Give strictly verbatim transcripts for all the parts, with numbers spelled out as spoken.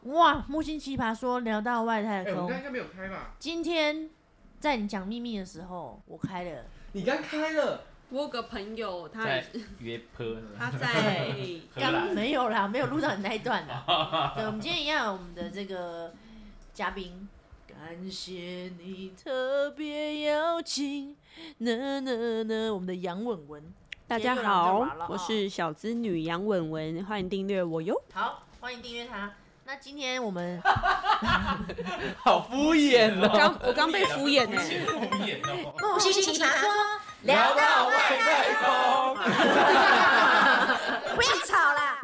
哇，木星奇葩说聊到外太空， 哎、欸，我们刚刚应该没有开吧？ 今天在你讲秘密的时候，我开了。 你刚开了。 我有个朋友，他在约坡， 他在刚没有啦，没有录到你那一段啦。对，我们今天一样有我们的这个嘉宾，感谢你特别邀请，呢呢呢，我们的杨文文。 大家好，我是小资女杨文文，欢迎订阅我哟。 好，欢迎订阅他。那今天我们好敷衍哦， 我刚我刚被敷衍哎、 欸，敷衍哦。 木星奇葩说聊到外太空， 不要吵啦！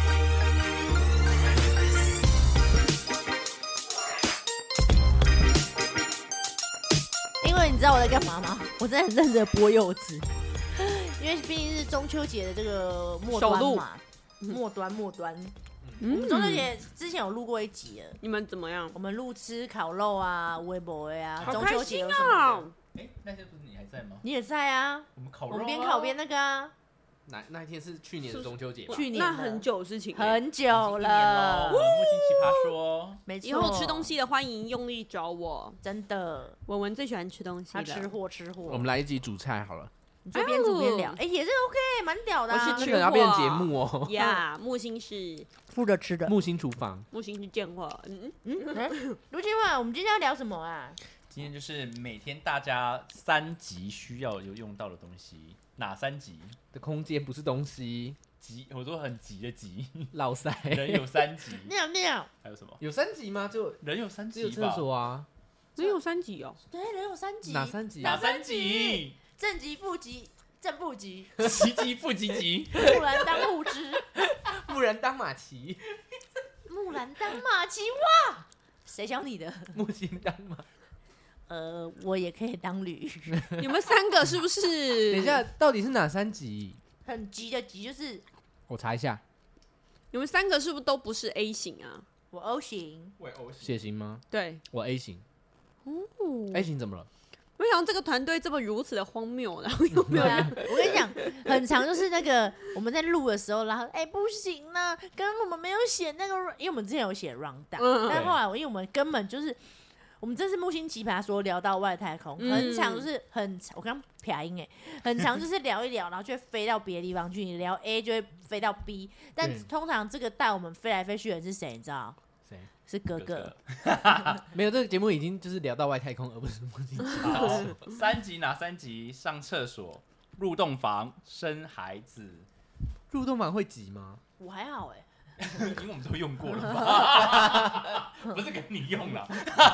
因为你知道我在干嘛吗？我在很认真的剥柚子，因为毕竟是中秋节的这个末端嘛，末端末端。嗯、我们中秋节之前有录过一集了， 你们怎么样？ 我们录吃烤肉啊、微博啊， 好中秋节有什么么？ 哎、欸，那天不是你还在吗？ 你也在啊。 我们烤肉、啊， 我们边烤边那个啊。 那那一天是去年的中秋节， 去年那很久的事情、 欸，很久了。 木星奇葩说， 没错。 以后吃东西的欢迎用力找我， 真的。 文文最喜欢吃东西了， 他吃货吃货。 我们来一集煮菜好了。 你就边煮边聊，哎、欸，也是 OK， 蛮屌的、啊。 我是吃货， 要变节目哦。 呀， yeah, 木星是负责吃的， 木星厨房， 木星是贱货。嗯嗯，卢金焕，我们今天要聊什么啊？ 今天就是每天大家三级需要有用到的东西，哪三级的空间不是东西？ 急，我说很急的急， 老塞。 人有三级， 尿尿， 还有什么？ 有三级吗？就人有三级吧？ 只有厕所啊， 只有三级哦。 对，人有三级。 哪三级？ 哪三级？ 正极、负极、正负极， 极极负极极。 木兰当户织， 木兰当马骑， 木兰当马骑哇！谁教你的？ 木星当马。 呃，我也可以当驴。 你们三个是不是？ 等一下，到底是哪三级？ 很急的急就是， 我查一下。 你们三个是不是都不是 A 型啊？ 我 O 型， 我 O 型。 血型吗？ 对， 我 A 型。 哦 ，A 型怎么了？ 没想到这个团队这么如此的荒谬，然后又没有人。啊、我跟你讲，很常就是那个我们在录的时候，然后哎、欸、不行啦，刚刚我们没有写那个，因为我们之前有写 round down，、嗯、但后来因为我们根本就是。我们这次木星奇葩说聊到外太空，嗯、很长就是很我刚撇音哎，很长就是聊一聊，然后就会飞到别的地方去。你聊 A 就会飞到 B， 但通常这个带我们飞来飞去的是谁？你知道？ 谁？ 是哥哥。 没有，这个节目已经就是聊到外太空，而不是木星奇葩说。三集哪三集？上厕所、入洞房、生孩子。 入洞房会挤吗？ 我还好哎、欸。 因为我们都用过了吧，不是给你用了，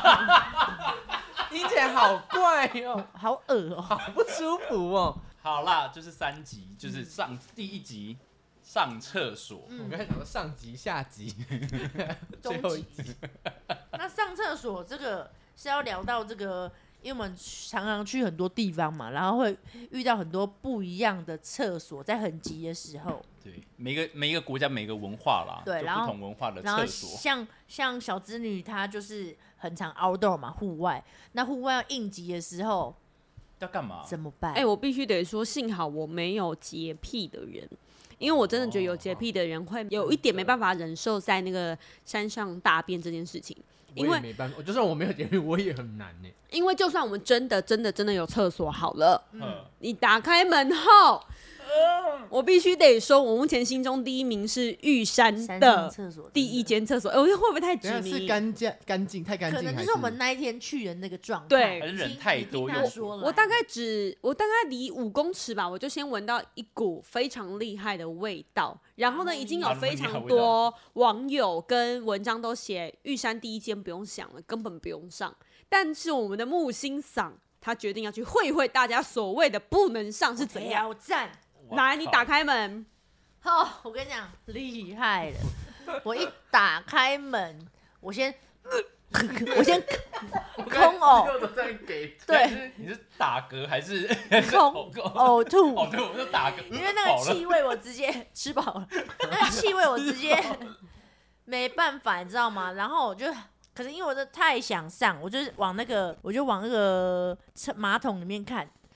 听起来好怪哦， 好恶哦、喔， 好不舒服哦。 好啦，就是三集，就是上第一集上厕所。 嗯、我刚才讲到上集、下集，最后一集。 那上厕所这个是要聊到这个。因为我们常常去很多地方嘛，然后会遇到很多不一样的厕所，在很急的时候。 对，每个每一个国家每个文化啦， 对， 就不同文化的厕所。 像像小织女，她就是很常 outdoor 嘛，户外。那户外要应急的时候， 要干嘛？ 怎么办？ 哎、欸，我必须得说，幸好我没有洁癖的人。因为我真的觉得有洁癖的人会有一点没办法忍受在那个山上大便这件事情。因为没办法，就算我没有洁癖，我也很难呢。 因为就算我们真的真的真的有厕所好了， 嗯， 你打开门后，嗯、我必须得说，我目前心中第一名是玉山的第一间厕所。哎、欸，我觉得会不会太直迷？ 是干净干净太干净， 可能就是我们那一天去的那个状态， 对， 还是人太多用。 我大概只我大概离五公尺吧，我就先闻到一股非常厉害的味道。然后呢，已经有非常多网友跟文章都写玉山第一间不用想了，根本不用上。但是我们的木星嗓他决定要去会会大家所谓的不能上是怎样。 挑战， 来，你打开门。 好、哦，我跟你讲，厉害了！我一打开门，我先。我先空呕， 对， 你是打嗝还是空呕吐？ 呕吐，我就打嗝， 因为那个气味我直接吃饱了，那个气味我直接没办法，你知道吗？然后我就，可是因为我真的太想上，我就是往那个，我就往那个马桶里面看，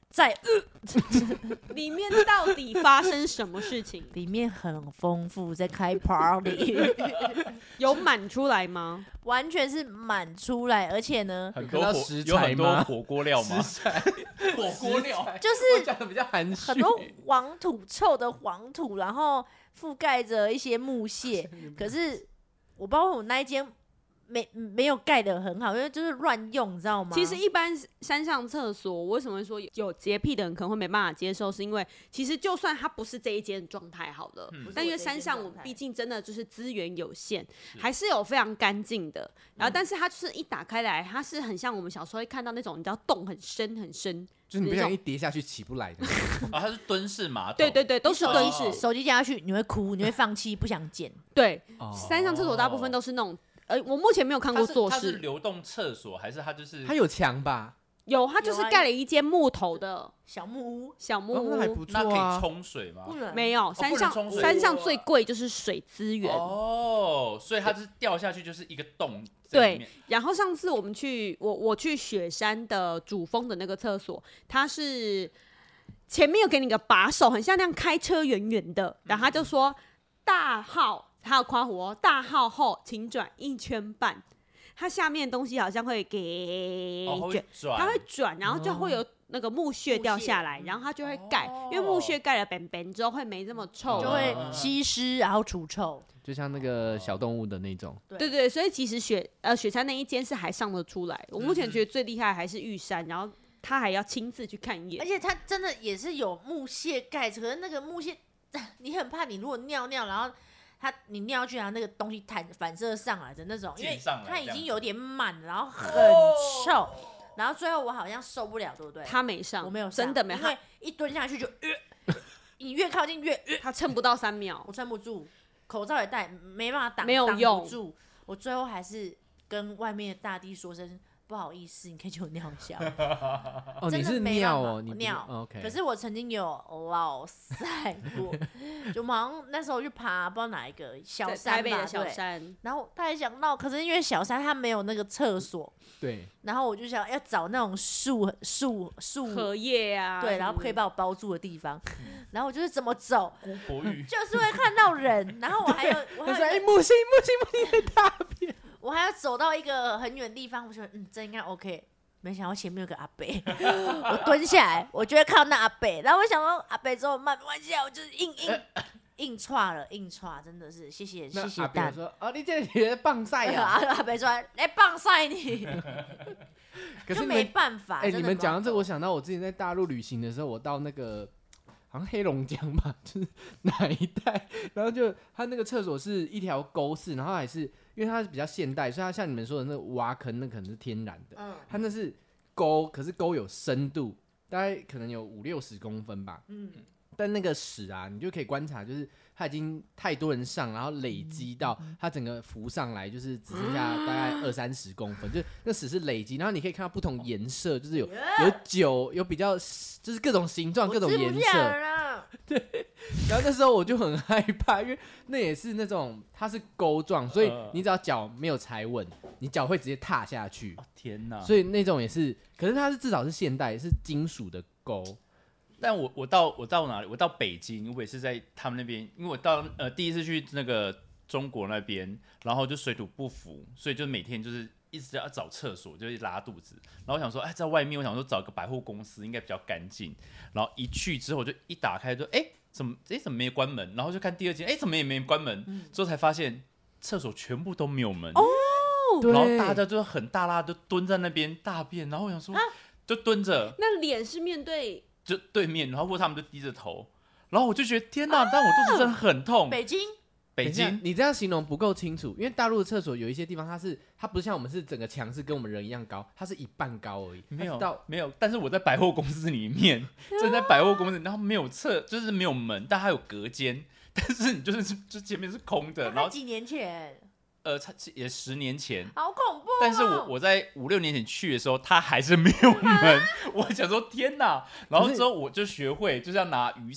在、 呃、里面到底发生什么事情？ 里面很丰富，在开 party， 有满出来吗？ 完全是满出来，而且呢， 很多火食材有很多吗火锅料吗？ 食材火锅料就是讲的比较含蓄， 很多黄土臭的黄土，然后覆盖着一些木屑。可是我不知道我那一间没没有盖得很好，因为就是乱用，你知道吗？ 其实一般山上厕所，我为什么说有洁癖的人可能会没办法接受，是因为其实就算它不是这一间状态好了， 嗯、 但因为山上我们毕竟真的就是资源有限，还是有非常干净的。然后，但是它就是一打开来，它是很像我们小时候会看到那种，你知道洞很深很深。 就是你不想一跌下去起不来的啊，它是蹲式马桶， 对对对，都是蹲式。 手机加下去，你会哭，你会放弃，不想捡。 对， 哦、 山上厕所大部分都是那种，呃，我目前没有看过坐式。 它是流动厕所还是它就是？ 它有墙吧？ 有，它就是盖了一间木头的小木屋， 小木屋， 哦、那还不错、啊。 那可以冲水吗？ 不能， 没有。山上、 哦、 山上最贵就是水资源哦，所以它就是掉下去就是一个洞。 对，然后上次我们去我我去雪山的主峰的那个厕所，它是前面有给你个把手，很像那样开车圆圆的，然后他就说大号，还有夸胡哦，大号后请转一圈半。它下面的东西好像会给哦、会转， 它会转，然后就会有那个木屑掉下来，然后它就会盖，哦、因为木屑盖了扁扁之后会没这么臭， 就会吸湿，然后除臭， 就像那个小动物的那种。 对对对，所以其实雪呃雪山那一间是还上得出来。我目前觉得最厉害还是玉山，然后他还要亲自去看一眼， 而且它真的也是有木屑盖，可是那个木屑你很怕，你如果尿尿，然后。它你尿去，然后那个东西反反射上来的那种，因为它已经有点满，然后很臭，哦、然后最后我好像受不了，对不对？ 他没上， 我没有上， 真的没， 因为一蹲下去就，呃、你越靠近越，呃、 他撑不到三秒， 我撑不住，口罩也戴，没办法挡， 没有用， 挡不住，我最后还是跟外面的大地说声。不好意思，你可以借我尿一下。 哦，你是尿哦，你尿。 哦 OK。 可是我曾经有老塞过，就好像那时候去爬，不知道哪一个小山吧， 台北的小山。 然后他还想闹，可是因为小山它没有那个厕所， 对。 然后我就想要找那种树树树荷叶啊， 对，然后可以把我包住的地方。然后我就是怎么走， 就是会看到人，然后我还有，我还有， 哎，木星木星木星的大便。 我还要走到一个很远的地方，我觉得嗯，这应该 OK。没想到前面有个阿伯，我蹲下来，我就会看到那阿伯，然后我想说阿伯之后慢慢下，我就是硬硬硬踹了，硬踹，真的是谢谢谢谢蛋。 说哦，你这里棒赛呀！ 阿伯说来棒赛你， 可是没办法。 哎，你们讲到这，我想到我之前在大陆旅行的时候，我到那个。好像黑龙江吧，就是哪一带，然后就它那个厕所是一条沟式，然后还是因为它是比较现代，所以它像你们说的那个挖坑，那可能是天然的，嗯，它那是沟，可是沟有深度，大概可能有五六十公分吧，嗯，但那个屎啊，你就可以观察，就是它已经太多人上，然后累积到它整个浮上来，就是只剩下大概二三十公分，就那屎是累积，然后你可以看到不同颜色，就是有有酒，有比较就是各种形状、各种颜色。对，然后那时候我就很害怕，因为那也是那种它是沟状，所以你只要脚没有踩稳，你脚会直接踏下去。 哦、天哪！ 所以那种也是，可是它是至少是现代，是金属的沟。 但我我到我到哪里？我到北京，我也是在他们那边，因为我到呃第一次去那个中国那边，然后就水土不服，所以就每天就是一直要找厕所，就是拉肚子。然后我想说，哎，在外面我想说找个百货公司应该比较干净。然后一去之后，我就一打开就哎怎么哎怎么没关门？然后就看第二间，哎怎么也没关门？嗯、之后才发现厕所全部都没有门。哦，然后大家就很大拉就蹲在那边大便，然后我想说就蹲着， 那脸是面对。 就对面，然后或者他们就低着头，然后我就觉得天哪！啊、但我肚子真的很痛。 北京， 北京， 你这样形容不够清楚，因为大陆的厕所有一些地方它是它不是像我们是整个墙是跟我们人一样高，它是一半高而已。 没有到没有，但是我在百货公司里面，正在百货公司，然后没有厕，就是没有门，但它有隔间，但是你就是就前面是空的。然后几年前。 呃，也十年前， 好恐怖、哦。 但是我我在五六年前去的时候，它还是没有门。我想说天哪！然后之后我就学会就是要拿雨伞，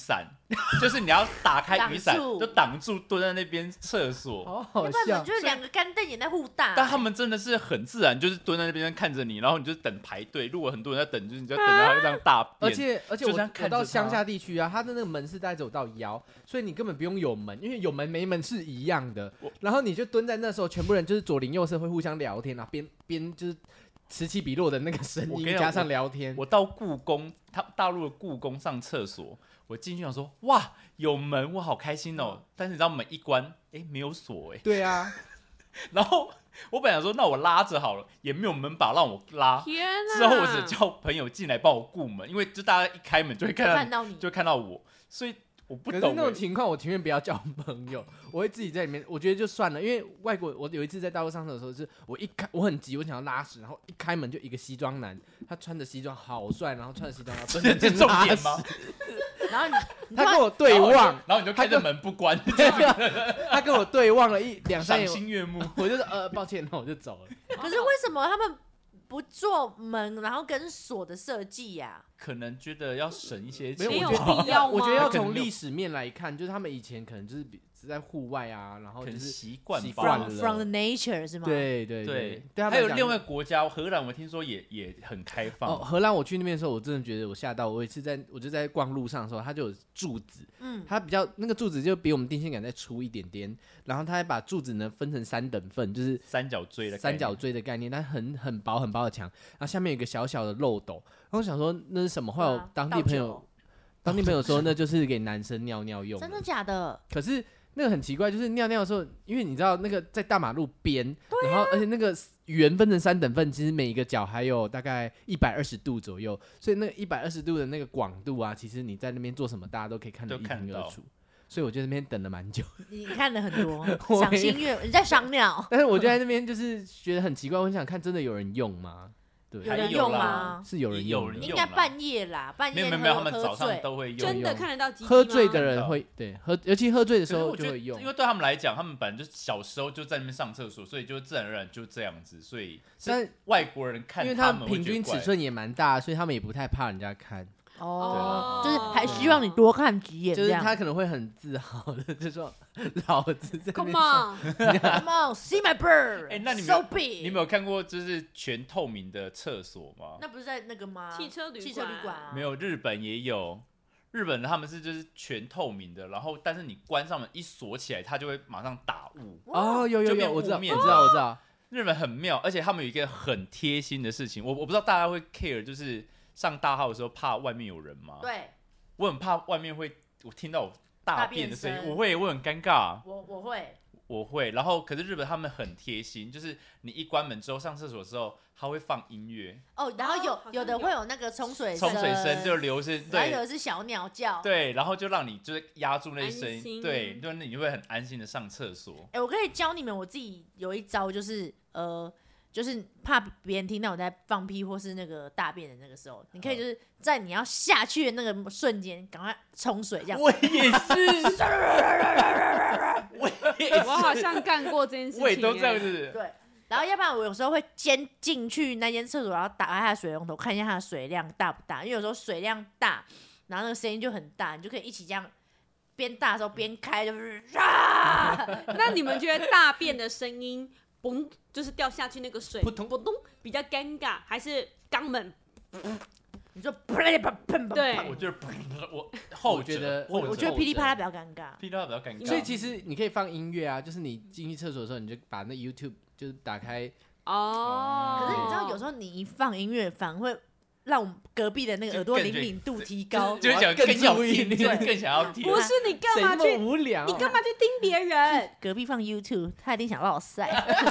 就是你要打开雨伞挡住就挡住蹲在那边厕所。 好好要不然笑就是两个干瞪眼在互打。 但他们真的是很自然，就是蹲在那边看着你，然后你就等排队。如果很多人在等，就是你就等着他这样大便。 而且而且我就这样看着他我到乡下地区啊，它的那个门是大概只有到腰，所以你根本不用有门，因为有门没门是一样的。然后你就蹲在那时候，全部人就是左邻右舍会互相聊天啊，边边就是此起彼落的那个声我跟你讲音加上聊天。 我到故宫，他大陆的故宫上厕所，我进去想说，哇，有门，我好开心哦。但是你知道门一关，哎，没有锁哎。 对啊， 然后我本来想说，那我拉着好了，也没有门把让我拉。 天哪！ 之后我只叫朋友进来帮我顾门，因为就大家一开门就会看到看到你， 就会看到我，所以我不可是懂欸。 那种情况，我情愿不要交朋友，我会自己在里面。我觉得就算了，因为外国，我有一次在大陆上厕所的时候，是我一开我很急，我想要拉屎，然后一开门就一个西装男，他穿着西装好帅，然后穿着西装，然后这是重点吗？ 然后你他跟我对望， 然后你就看着门不关， 他跟我对望了一两三赏眼， 心悦目。 我就说呃抱歉，那我就走了。 可是为什么他们不做门，然后跟锁的设计呀？ 可能觉得要省一些钱， 没有， 没有我觉得必要吗我觉得要可能没有从历史面来看，就是他们以前可能就是比是在户外啊，然后可能就是习惯吧。 习惯 From 了 from the nature 是吗？， 对对对， 对， 还有另外国家荷兰，我听说也也很开放。 哦，荷兰我去那边的时候，我真的觉得我吓到。我有一次在我就在逛路上的时候，它就有柱子， 嗯， 它比较那个柱子就比我们电线杆再粗一点点，然后它还把柱子呢分成三等份，就是三角锥的概念三角锥的概念，但很很薄很薄的墙，然后下面有一个小小的漏斗。然后我想说那是什么？后来我当地朋友当地朋友说那就是给男生尿尿用的。 真的假的？ 可是那个很奇怪，就是尿尿的时候，因为你知道那个在大马路边， 啊然后而且那个圆分成三等份，其实每一个角还有大概一百二十度左右，所以那一百二十度的那个广度啊，其实你在那边做什么，大家都可以看得一清二楚。所以我就在那边等了蛮久。 你看了很多， 我赏心悦，你在赏鸟， 但是我就在那边就是觉得很奇怪，我很想看真的有人用吗？对， 有人用吗？ 是有人用的， 有人应该半夜啦，半夜没有没有没有，他们喝早上醉都会用。 真的看得到鸡鸡吗？ 喝醉的人会对喝，尤其喝醉的时候可是我觉得就会用， 因为对他们来讲，他们本来就小时候就在那边上厕所，所以就自然而然就这样子，所以但是外国人看因为他他们平均尺寸也蛮大，所以他们也不太怕人家看。 哦，就是还希望你多看几眼， 就是他可能会很自豪的就说：“老子在那边 Come on， Come on, see my bird。 哎，那你们 so 有 big， 你们有看过就是全透明的厕所吗？ 那不是在那个吗？ 汽车旅汽车旅馆啊， 没有，日本也有。日本他们是就是全透明的，然后但是你关上门一锁起来，它就会马上打雾。 哦，有有就变有，我知道， 雾面我知道，我知道。 日本很妙，而且他们有一个很贴心的事情，我我不知道大家会 care，就是上大号的时候怕外面有人吗？ 对， 我很怕外面会我听到我大便的声音， 大便声我会我很尴尬， 我我会， 我会。然后可是日本他们很贴心，就是你一关门之后上厕所之后，他会放音乐， 哦，然后有哦好像有的有会有那个冲水冲水声就流是， 然后有对的是小鸟叫。 对，然后就让你就是压住那声音， 安心对，就你就会很安心的上厕所。 哎、我可以教你们，我自己有一招，就是呃，就是怕别人听到我在放屁或是那个大便的那个时候，你可以就是在你要下去的那个瞬间，赶快冲水，这样。 我也是，我也是， 我好像干过这件事情、欸， 我也都这样子。 对，然后要不然我有时候会先进去那间厕所，然后打开它的水龙头，看一下它的水量大不大，因为有时候水量大，然后那个声音就很大，你就可以一起这样边大的时候边开，就是啊。 那你们觉得大便的声音，嘣，就是掉下去那个水， 扑通扑通，比较尴尬，还是肛门？ 你说砰砰砰砰， 对我觉得我后我觉得后者我觉得噼里啪啦比较尴尬。 噼里啪啦比较尴尬。 所以其实你可以放音乐啊，就是你进去厕所的时候，你就把那 YouTube 就是打开， 哦。 可是你知道，有时候你一放音乐，反而会让我们隔壁的那个耳朵灵敏度提高。 就是想更更要注意听，就是更想要听。 不是你干谁那嘛去？ 么无聊？ 你干嘛去盯别人？ 隔壁放 YouTube，他一定想让我晒。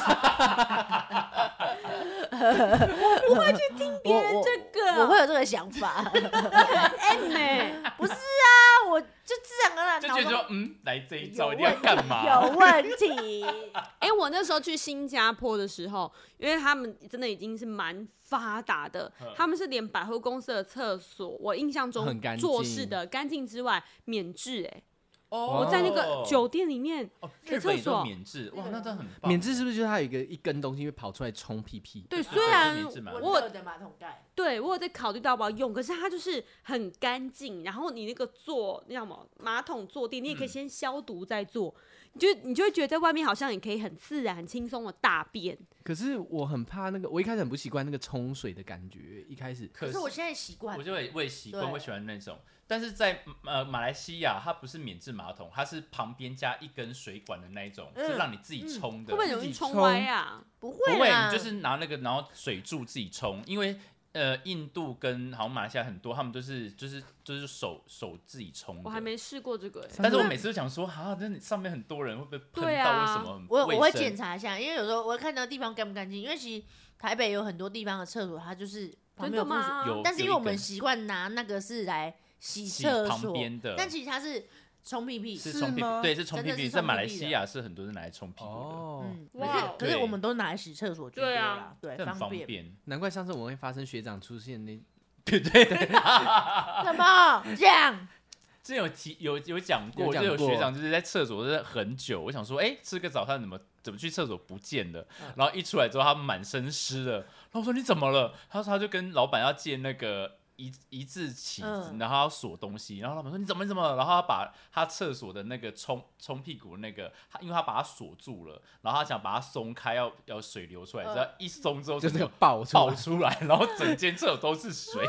不会去听别人我这个， 我会有这个想法。 哎呢， 不是啊，我就自然而然就脑中觉得说，嗯，来这一招有一定要干嘛？ 有问题。 哎、我那时候去新加坡的时候，因为他们真的已经是蛮发达的， 嗯他们是连百货公司的厕所，我印象中很干净做事的干净之外免治、哎， 哦， 我在那个酒店里面哦， 的日本也都厕所， 免治，哇，那真的很棒。 免治是不是就是它有一个一根东西会跑出来冲屁屁？ 对， 对虽然免治马桶我温热的马桶盖， 对我有在考虑到要不要用，可是它就是很干净，然后你那个坐那叫什么马桶坐垫，你也可以先消毒再坐，你就你就会觉得在外面好像也可以很自然、很轻松的大便。 可是我很怕那个，我一开始很不习惯那个冲水的感觉，一开始。 可可是我现在习惯我，就会我也习惯， 对我喜欢那种。但是在呃马来西亚，它不是免治马桶，它是旁边加一根水管的那一种， 嗯是让你自己冲的。 会不会容易冲自己冲歪啊？ 不不会， 会啦， 你就是拿那个，然后水柱自己冲，因为呃印度跟好像马来西亚很多，他们都是就是就是手手自己冲的。 我还没试过这个、欸， 但是我每次都想说，啊，那你上面很多人会不会喷到？ 对啊为什么很我我会卫生检查一下，因为有时候我会看到地方干不干净，因为其实台北有很多地方的厕所它就是旁边有附水， 真的吗？ 有但是因为我们有一根习惯拿那个是来洗洗旁厕所， 边的， 但其实它是冲屁屁， 是是冲屁吗屁，对，是冲屁屁。 真的是在马来冲屁屁的西亚是很多人拿来冲屁股的， 哦， 嗯，可哇哦是可是对我们都拿来洗厕所居多对啊啦，对， 这很方便。 便。 难怪上次我们会发生学长出现那。 对对对， 什么这样？ 之前有提有有讲过， 有讲过就有学长就是在厕所真的很久，我想说，哎、吃个早餐怎么怎么去厕所不见了？ 嗯然后一出来之后，他满身湿了，然后我说你怎么了？他说他就跟老板要借那个一一字起子， 嗯然后要锁东西，然后老板说你怎么你怎么了？然后他把他厕所的那个冲冲屁股的那个，他因为他把它锁住了，然后他想把它松开，要要水流出来， 嗯只要一松之后就是就个爆出来， 爆出来，然后整间厕所都是水。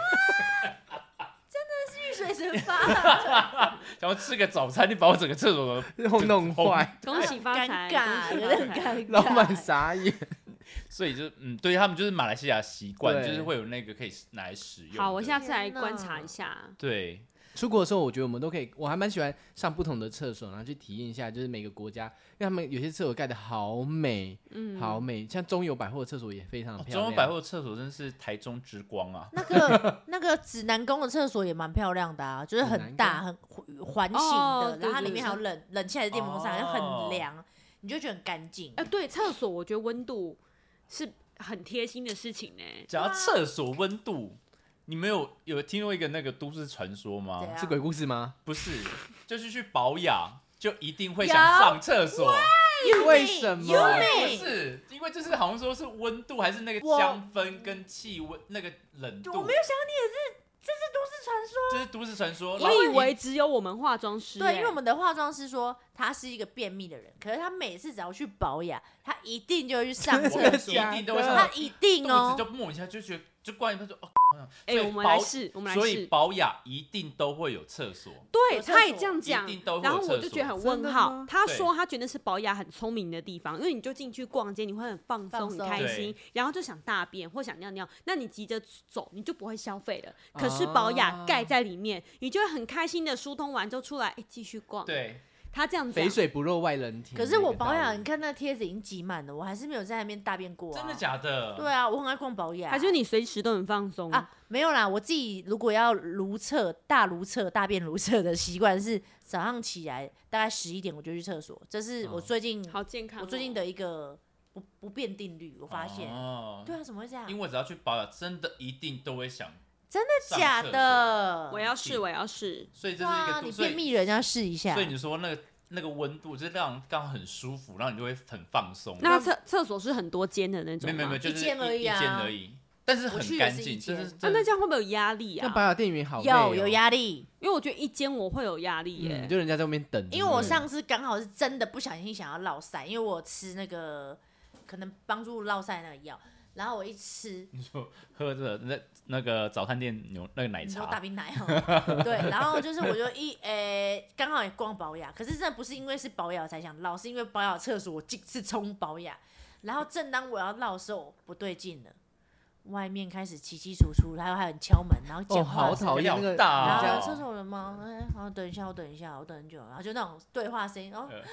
遇水神发， 然后吃个早餐，你把我整个厕所都弄弄坏， 恭喜发财， 尴尬， 恭喜有点发财。 尴尬。 老板傻眼。 所以就嗯，对他们就是马来西亚习惯， 对就是会有那个可以拿来使用的。 好，我下次来天哪观察一下。 对出国的时候，我觉得我们都可以，我还蛮喜欢上不同的厕所，然后去体验一下，就是每个国家，因为他们有些厕所盖的好美， 嗯， 好美，像中友百货的厕所也非常的漂亮。 哦中央百货厕所真是台中之光啊！ 那个那个指南宫的厕所也蛮漂亮的啊，就是很大、很环形的， 哦对然后它里对面还有冷冷气还是电风扇， 哦又很凉，你就觉得很干净哎、。对，厕所我觉得温度是很贴心的事情呢、 讲到厕所温度，你们有有听过一个那个都市传说吗怎？样是鬼故事吗？ 不是，就是去保养就一定会有想上厕所。 为什么？ You 不 mean？ 是，因为就是好像说是温度还是那个我香氛跟气温那个冷度， 我没有想到你也是，这是都市传说。 这是都市传说。然我后以为只有我们化妆师、 对， 欸因为我们的化妆师说他是一个便秘的人，可是他每次只要去保养，他一定就会去上我厕一所， 定都会上他一定肚哦子。就摸一下就觉得就关于他说哦， 哎、 所以我们来保试，我们来所以试。 保养一定都会有厕所。 对， 有厕他也所一这样讲定都，会然后有厕所我就觉得很真的问号吗。 他对说他觉得是保养很聪明的地方，因为你就进去逛街，你会很放松、很放松开心对， 然后就想大便或想尿尿，那你急着走，你就不会消费了。可是保养盖在里面，你就会很开心的疏通完之后出来，哎，继续逛。 对， 他这样讲肥水不落外人田。 可是我那个道保养， 理你看那贴纸已经挤满了，我还是没有在那边大便过、啊。 真的假的？ 对啊，我很爱逛保养。 还是你随时都很放松啊，没有啦，我自己如果要如厕大如厕大便如厕的习惯是早上起来大概十一点我就去厕所，这是我哦最近、 好健康哦。 我最近的一个不不变定律，我发现。 哦， 对啊，怎么会这样？ 因为我只要去保养，真的一定都会想， 真的假的？ 我要试，我要试。 所以这是一哇， 个度，所你便以秘人要试一下。 所以你说那个那个温度就是让刚好很舒服，然后你就会很放松。 那厕厕所是很多间的那种吗？ 没有没有没有，就是一间而已啊一间而已，但是我去很干净， 也是一间就是啊，那这样会不会有压力那保啊？ 养店员好累哦有有压力， 因为我觉得一间我会有压力耶嗯，。就人家在外面等着。 因为我对不对上次刚好是真的不小心想要落腮，因为我吃那个可能帮助落腮那个药，然后我一吃， 你说喝着那那个早餐店牛那个奶你说大茶， 冰奶哦，对，然后就是我就一诶刚、好也逛保养，可是真的不是因为是保养才想落，是因为保养厕所我进是冲保养，然后正当我要落的时候不对劲了。外面开始稀稀疏疏，然后还有人敲门，然后哦， 讲话好的声音讨厌那个好大然后哦人家厕所有人吗？哎、好，等一下，我等一下，我等很久，然后就那种对话声音，然后呃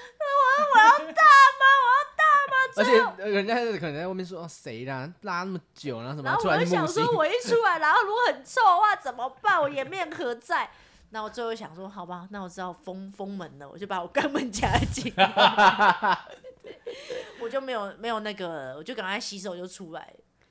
而且呃人家可能在外面说哦谁啦拉那么久，然后什么然后我出来是木星就想说，，我一出来，然后如果很臭的话怎么办？我颜面何在？那我最后想说，好吧，那我知道封封门了，我就把我肛门夹紧，我就没有没有那个，我就赶快洗手就出来了。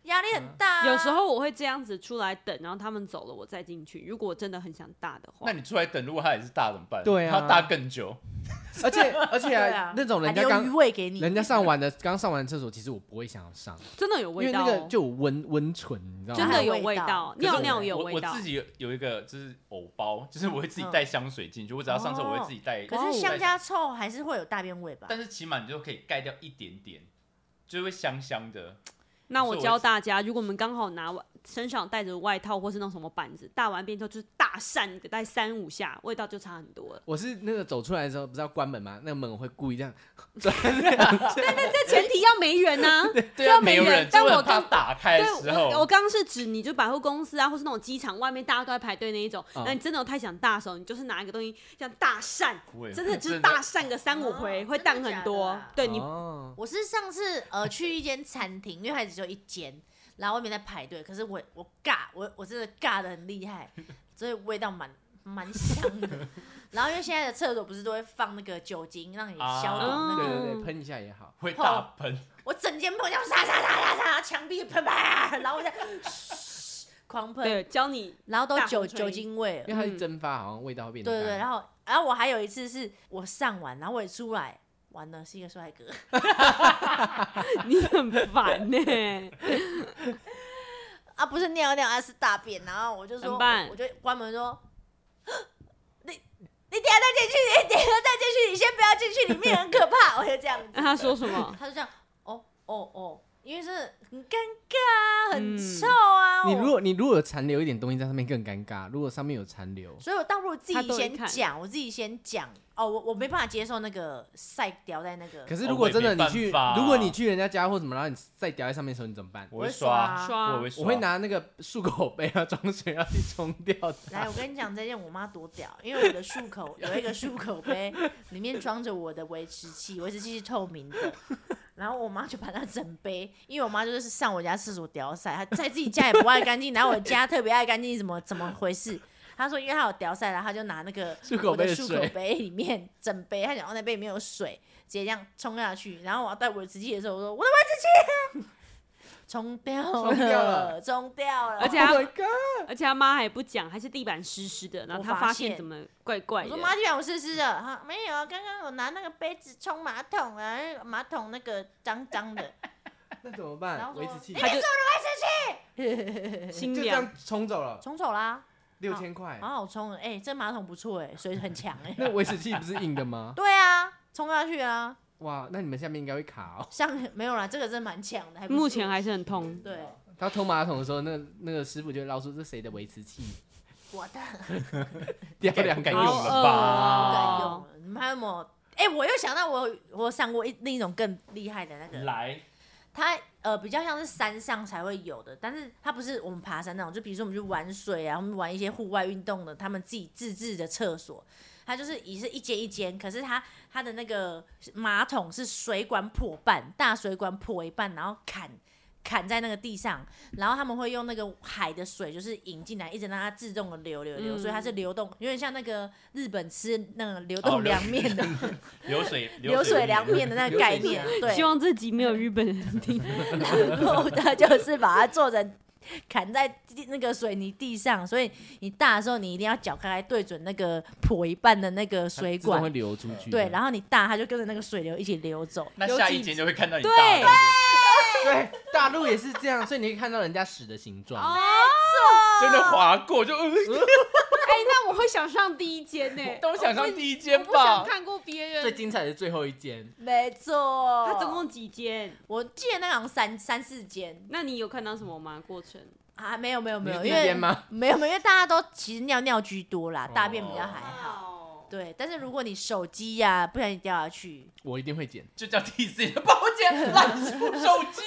压力很大、啊。 有时候我会这样子出来等，然后他们走了我再进去。如果我真的很想大的话， 那你出来等，如果他也是大怎么办？ 对啊他大更久。 而且而且、 对啊， 那种人家还留余刚味给你， 人家上完的刚上完的厕所，其实我不会想要上， 真的有因为味道、哦， 那个就有温温醇，你知道吗？ 真的有还有味道味道， 可是尿尿也有我味道。 我自己有有一个就是偶包，就是我会自己带香水进去，我只要上厕所我会自己带。 可是香加臭还是会有大便味吧？ 但是起码你就可以盖掉一点点，就会香香的。 那我教大家，如果我们刚好拿身上带着外套或是那种什么板子，大完便之后就是大扇个大概三五下，味道就差很多了。 我是那个走出来的时候，不是要关门吗？那个门我会故意这样， 这前提要没人啊， 对啊，没有人， 但我就很怕刚打开的对， 时候。 我我刚刚是指你就百货公司啊，或是那种机场外面大家都在排队那一种， 嗯那、你真的有太想大的时候，你就是拿一个东西这样大扇， 不会真的就是真的大扇个三五回， 哦会淡很真的多。 假的啊对你， 哦， 我是上次呃去一间餐厅，因为它只有一间，然后外面在排队，可是我我尬我我真的尬的很厉害，所以味道蛮蛮香的。然后因为现在的厕所不是都会放那个酒精让你消毒那个， 对嗯对对，喷一下也好。 会大喷， 我整间喷，这样沙沙沙沙沙，墙壁喷啪，然后我就狂喷， 对，教你然后都酒大风吹酒精味了因为。它是蒸发，好像味道会变淡。 对对对，然后然后我还有一次是我上完，然后我也出来，完了是一个帅哥， 你很烦呢、 啊不是尿尿，啊是大便，然后我就说， 怎么办我就关门说，你你等一下再进去，你等一下再进去，你先不要进去，里面很可怕，我就这样子。 那他说什么？ 他就这样，哦哦哦，因为是很尴尬啊，很嗯臭啊。我你如果你如果有残留一点东西在上面更尴尬，如果上面有残留， 所以我倒不如自己他都会看先讲，我自己先讲。哦，我我没办法接受那个晒掉在那个。 可是如果真的你去， 哦我也没办法啊如果你去人家家或什么，然后你再掉在上面的时候，你怎么办？ 我会我会刷刷， 刷我会刷， 我会拿那个漱口杯啊装水要去冲掉它。 来，我跟你讲这件我妈多屌，因为我的漱口有一个漱口杯，里面装着我的维持器，维持器是透明的。然后我妈就把那整杯，因为我妈就是上我家厕所屌晒，她在自己家也不爱干净，然后我家特别爱干净，怎么怎么回事？她说因为她有屌晒，然后她就拿那个漱口我的漱杯的水口杯里面整杯，她讲那杯里面有水，直接这样冲下去。然后我要带维持器的时候，我说我的维持器冲掉冲掉了冲掉了， 而且他 Oh my god！ 而且他妈还不讲，还是地板湿湿的，然后他发我发现现怎么怪怪的我说。妈，地板我湿湿的，哈，没有啊，刚刚我拿那个杯子冲马桶啊，那个马桶那个脏脏的， 那怎么然办？ 后说维持器他就就心凉这样，冲走了， 冲走啦， 六千块好。好冲的，哎、这马桶不错哎，水很强哎， 那维持器不是硬的吗？ 对啊，冲下去啊， 哇，那你们下面应该会卡哦。 上没有啦，这个真蛮强的，还不错目前还是很痛。 对他通马桶的时候，那个那个师傅就会捞出这谁的维持器， 我的掉两个不敢用了好饿吧？ 不敢哦用了，你们还有没有？哎、我又想到我有我有上过一另一种更厉害的那个， 来， 它呃比较像是山上才会有的，但是它不是我们爬山那种，就比如说我们去玩水啊，我们玩一些户外运动的，他们自己自制的厕所，它就是也是一间一间，可是它它的那个马桶是水管破半，大水管破一半，然后砍。砍在那个地上，然后他们会用那个海的水，就是引进来，一直让它自动的流流流， 嗯所以它是流动，有点像那个日本吃那个流哦动流凉面的、 流水流水凉面的那个概念，对。 希望这集没有日本人听。 然后他就是把它做成砍在地那个水泥地上，所以你大的时候你一定要脚开开对准那个破一半的那个水管自动会，流出去。 对，然后你大它就跟着那个水流一起流走。 那下一间就会看到你对大的那个对，大陆也是这样，所以你可以看到人家屎的形状。 哦， 真的划过就，呃哎，那我会想上第一间呢， 都想上第一我间不想吧？ 看过别人。 最精彩的最后一间， 没错， 他总共几间？ 我记得那好像三三四间那你有看到什么吗？过程？ 啊，没有没有没有， 你是因为第一间吗？ 没有没有，因为大家都其实尿尿居多啦， 哦大便比较还好。对，但是如果你手机呀、不小心掉下去， 我一定会剪。 就叫第四间，抱歉，烂出手机。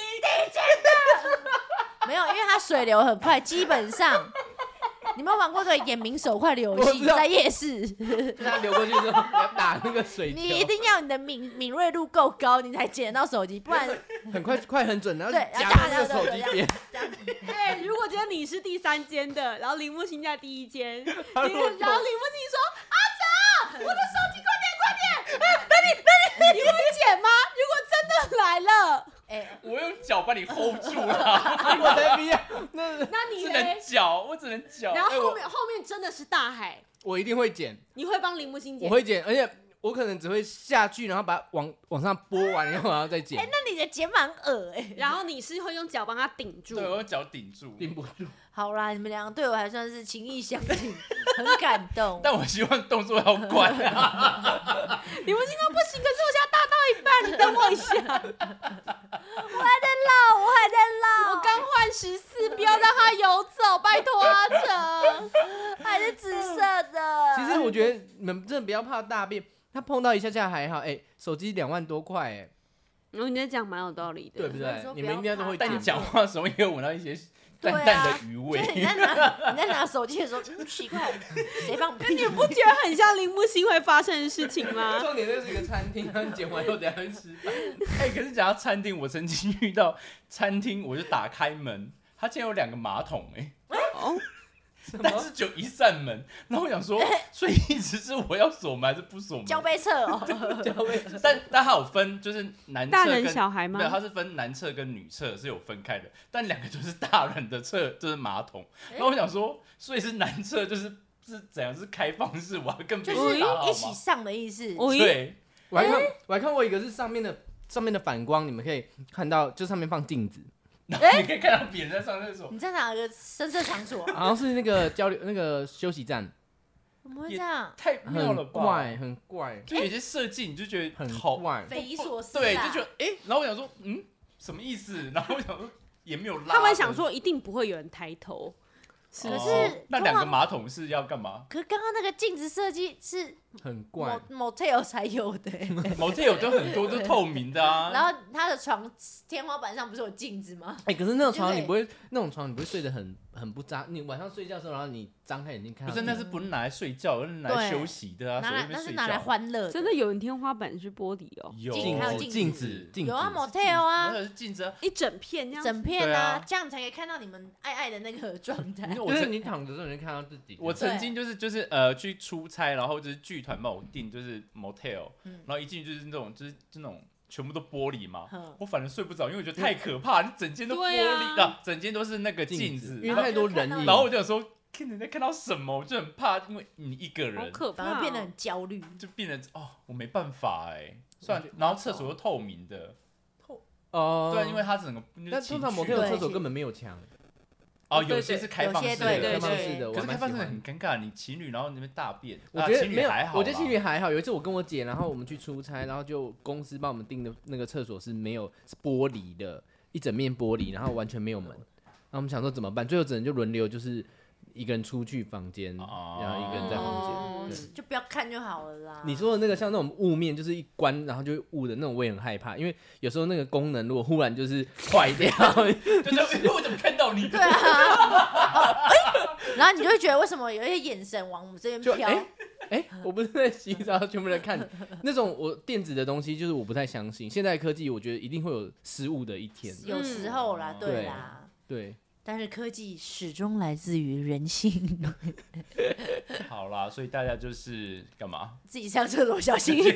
没有，因为它水流很快，基本上。你们有玩过个眼明手快的游戏， 我知道在夜市， 就它流过去之后，你要打那个水球， 你一定要你的敏敏锐度够高，你才捡得到手机，不然很快快很准，然后对夹然后那个手机边。 这样子。 哎，如果今天你是第三间的，然后铃木星在第一间，然后铃然后我木星说：“阿哲，我的手机快点快点，等你等你，你会捡吗？如果真的来了， 哎， 我用脚把你 hold 住了， 我才不要，那那你只能嘞？ 脚，我只能脚。 然后哎我后面后面真的是大海， 我一定会剪， 你会帮林木星剪？ 我会剪，而且我可能只会下去，然后把它往往上拨完，然后然后再剪哎，，那你的剪蛮恶哎。 然后你是会用脚帮他顶住。 对，我用脚顶住。 顶不住。 好啦，你们两个对我还算是情意相挺，很感动。 但我希望动作要快啊！ 林木星说不行，可是我现在大到一半，你等我一下， 我还在唠，我还在唠， 我刚换十四，不要让他游走，拜托阿成。 还是紫色的。 其实我觉得你们真的不要怕大便，他碰到一下下还好。哎，手机两万多块，哎， 然后你在讲蛮有道理的， 对不对所以说？ 你们应该都会但你剪。 讲话的时候也有闻到一些淡淡的余味。 就是你在拿你在拿手机的时候，嗯，奇怪，谁放屁？ 你不觉得很像林木星会发生的事情吗？ 重点这是一个餐厅，然后剪完后等下去吃饭。 哎、可是讲到餐厅，我曾经遇到餐厅，我就打开门，它竟然有两个马桶、哎， 哦， 但是只有一扇门。然后我想说，所以一直是我要锁门还是不锁门？ 交杯测哦， 但但它有分，就是男厕大人跟小孩吗对，它是分男厕跟女厕是有分开的，但两个都是大人的厕，就是马桶。然后我想说，所以是男厕就是是怎样是开放式，我要跟别就是人打好一起吗？ 上的意思。 哦咦， 对， 我还看我还看过一个是上面的上面的反光，你们可以看到，就上面放镜子， 然后你可以看到别人在上厕所。 你在哪个深色场所？ 好像是那个交流那个休息站， 怎么会这样？ 太妙了很吧！ 怪很怪就有些设计你就觉得很好怪。 匪夷所思啦。 对，就觉得哎、欸然后我想说，嗯，什么意思？然后我想说也没有拉。 他们想，说一定不会有人抬头，是不可是？ 是那两个马桶是要干嘛可是刚刚那个镜子设计是很怪， motel 才有的欸， ？motel 都很多都透明的啊。 然后他的床天花板上不是有镜子吗？ 哎、可是那种床就可以你不会，那种床你不会睡得很很不扎。你晚上睡觉的时候，然后你张开眼睛看到， 不是，那是不是拿来睡觉，那是拿来对休息的啊。 拿来谁会睡那是拿来觉欢乐的， 真的有人天花板是玻璃哦， 有镜还有镜镜子子镜子有啊 motel 啊， 那是镜子啊。 一整片这样子。 整片对啊啊，这样才可以看到你们爱爱的那个状态你。 就是我曾你躺着的时候，你就看到自己。 我曾经就是就是呃去出差，然后就是剧团帮我订就是 motel，、 嗯然后一进去就是那种就是这种全部都玻璃嘛， 嗯我反正睡不着，因为我觉得太可怕，你整间都玻对璃啊整间都是那个镜子， 因为太多人影。 然后我就想说，看人家看到什么，我就很怕，因为你一个好人可怕、哦， 反而变得很焦虑。 就变成哦，我没办法哎，算了，然后厕所又透明的， 哦， 对啊，因为它整个但通常 motel 对的厕所根本没有墙， 哦， 对有些是开放式的， 有些对开放对式的，我可是开放式的蛮喜欢。 很尴尬，你情侣然后那边大便， 我啊觉得没有情侣还好啦， 我觉得情侣还好。有一次我跟我姐，然后我们去出差，然后就公司帮我们订的那个厕所是没有是玻璃的，一整面玻璃，然后完全没有门。然后我们想说怎么办，最后只能就轮流，就是一个人出去房间， 哦然后一个人在房间。 哦对就不要看就好了啦。 你说的那个像那种雾面，就是一关然后就会雾的那种，我也很害怕，因为有时候那个功能如果忽然就是坏掉， 就这样，我怎么看到你？ 对啊，哦哎然后你就会觉得为什么有一些眼神往我们这边飘？ 就哎哎、我不是在洗澡，全部在看那种我电子的东西，就是我不太相信。现在科技，我觉得一定会有失误的一天。 有时候啦， 嗯对啦。 对， 但是科技始终来自于人性， 好啦，所以大家就是干嘛？ 自己上厕所小心一点，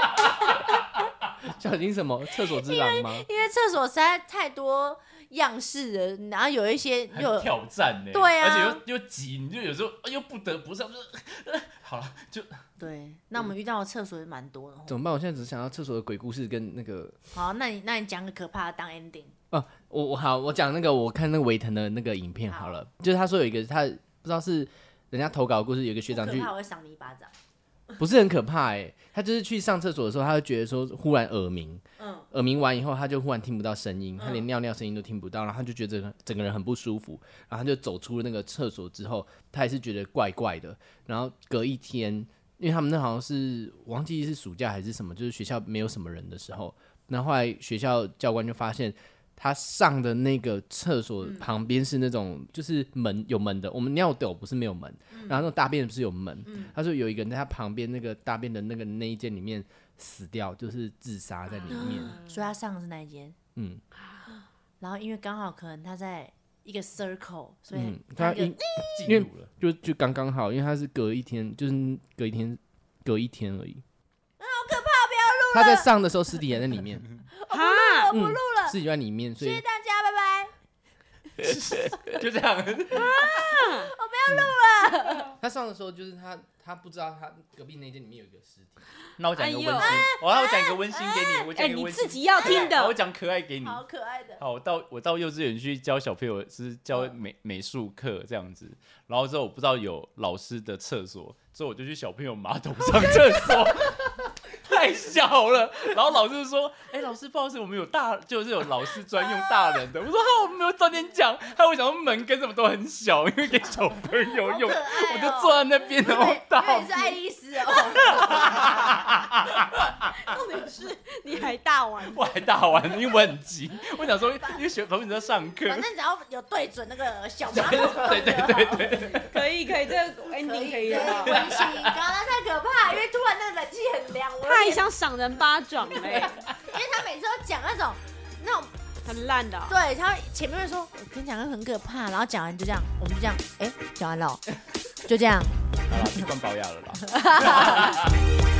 小心什么？厕所之狼吗？ 因为厕所实在太多样式了，然后有一些很又挑战呢、 对啊而且又又挤，你就有时候又不得不上，就是呃好了，就对。那我们遇到的厕所也蛮多的哦。 怎么办？我现在只想要厕所的鬼故事跟那个好，那你那你讲个可怕的当 ending。 哦，我我好，我讲那个我看那个维腾的那个影片好了，就是他说有一个他不知道是人家投稿的故事，有一个学长去不可怕，我会赏你一巴掌。 不是很可怕哎、欸，他就是去上厕所的时候，他就觉得说忽然耳鸣， 嗯耳鸣完以后他就忽然听不到声音， 嗯他连尿尿声音都听不到，然后他就觉得整个人很不舒服，然后他就走出了那个厕所之后，他也是觉得怪怪的，然后隔一天，因为他们那好像是我忘记是暑假还是什么，就是学校没有什么人的时候，然后后来学校教官就发现。他上的那个厕所旁边是那种就是门有门的，我们尿斗不是没有门，然后那种大便不是有门。他说有一个人在他旁边那个大便的那个那一间里面死掉，就是自杀在里面。 所以他上的是那一间， 嗯然后因为刚好可能他在一个 circle，所以嗯， 他就他因进入了。 就就刚刚好，因为他是隔一天，就是隔一天隔一天而已。好可怕！不要录了。他在上的时候尸体还在里面。 哈， 嗯， 自己在里面，所以谢谢大家，拜拜。 就这样。 我不要录了。 他上的时候就是他他不知道他隔壁那间里面有一个尸体。 那我讲一个温馨， 哎我要讲一个温馨给你，我讲哎，你一个温馨。 自己要听的。 我讲可爱给你。 好可爱的。 好，我到我到幼稚园去教小朋友是教美美术课这样子，然后之后我不知道有老师的厕所，之后我就去小朋友马桶上厕所。太小了，然后老师就说：“哎、欸，老师，不好意思，我们有大，就是有老师专用大人的。”我说：“好，我没有早点讲。”还有我想说门跟什么都很小，因为给小朋友用， 哦、 我就坐在那边，然后大。 因为你是爱丽丝哦。 重点是你还大玩， 我还大玩，因为我很急。我想说，因为学朋友在上课， 反正只要有对准那个小马桶， 对对对对， 可以可以，这个 ending 可以的。 温馨，刚刚太可怕，因为突然那个冷气很凉，我太想赏人巴掌嘞、欸！ 因为他每次都讲那种那种很烂的、喔， 对他前面会说我跟你讲个很可怕，然后讲完就这样，我们就这样，哎、欸，讲完了，就这样， 好了，去关保养了啦。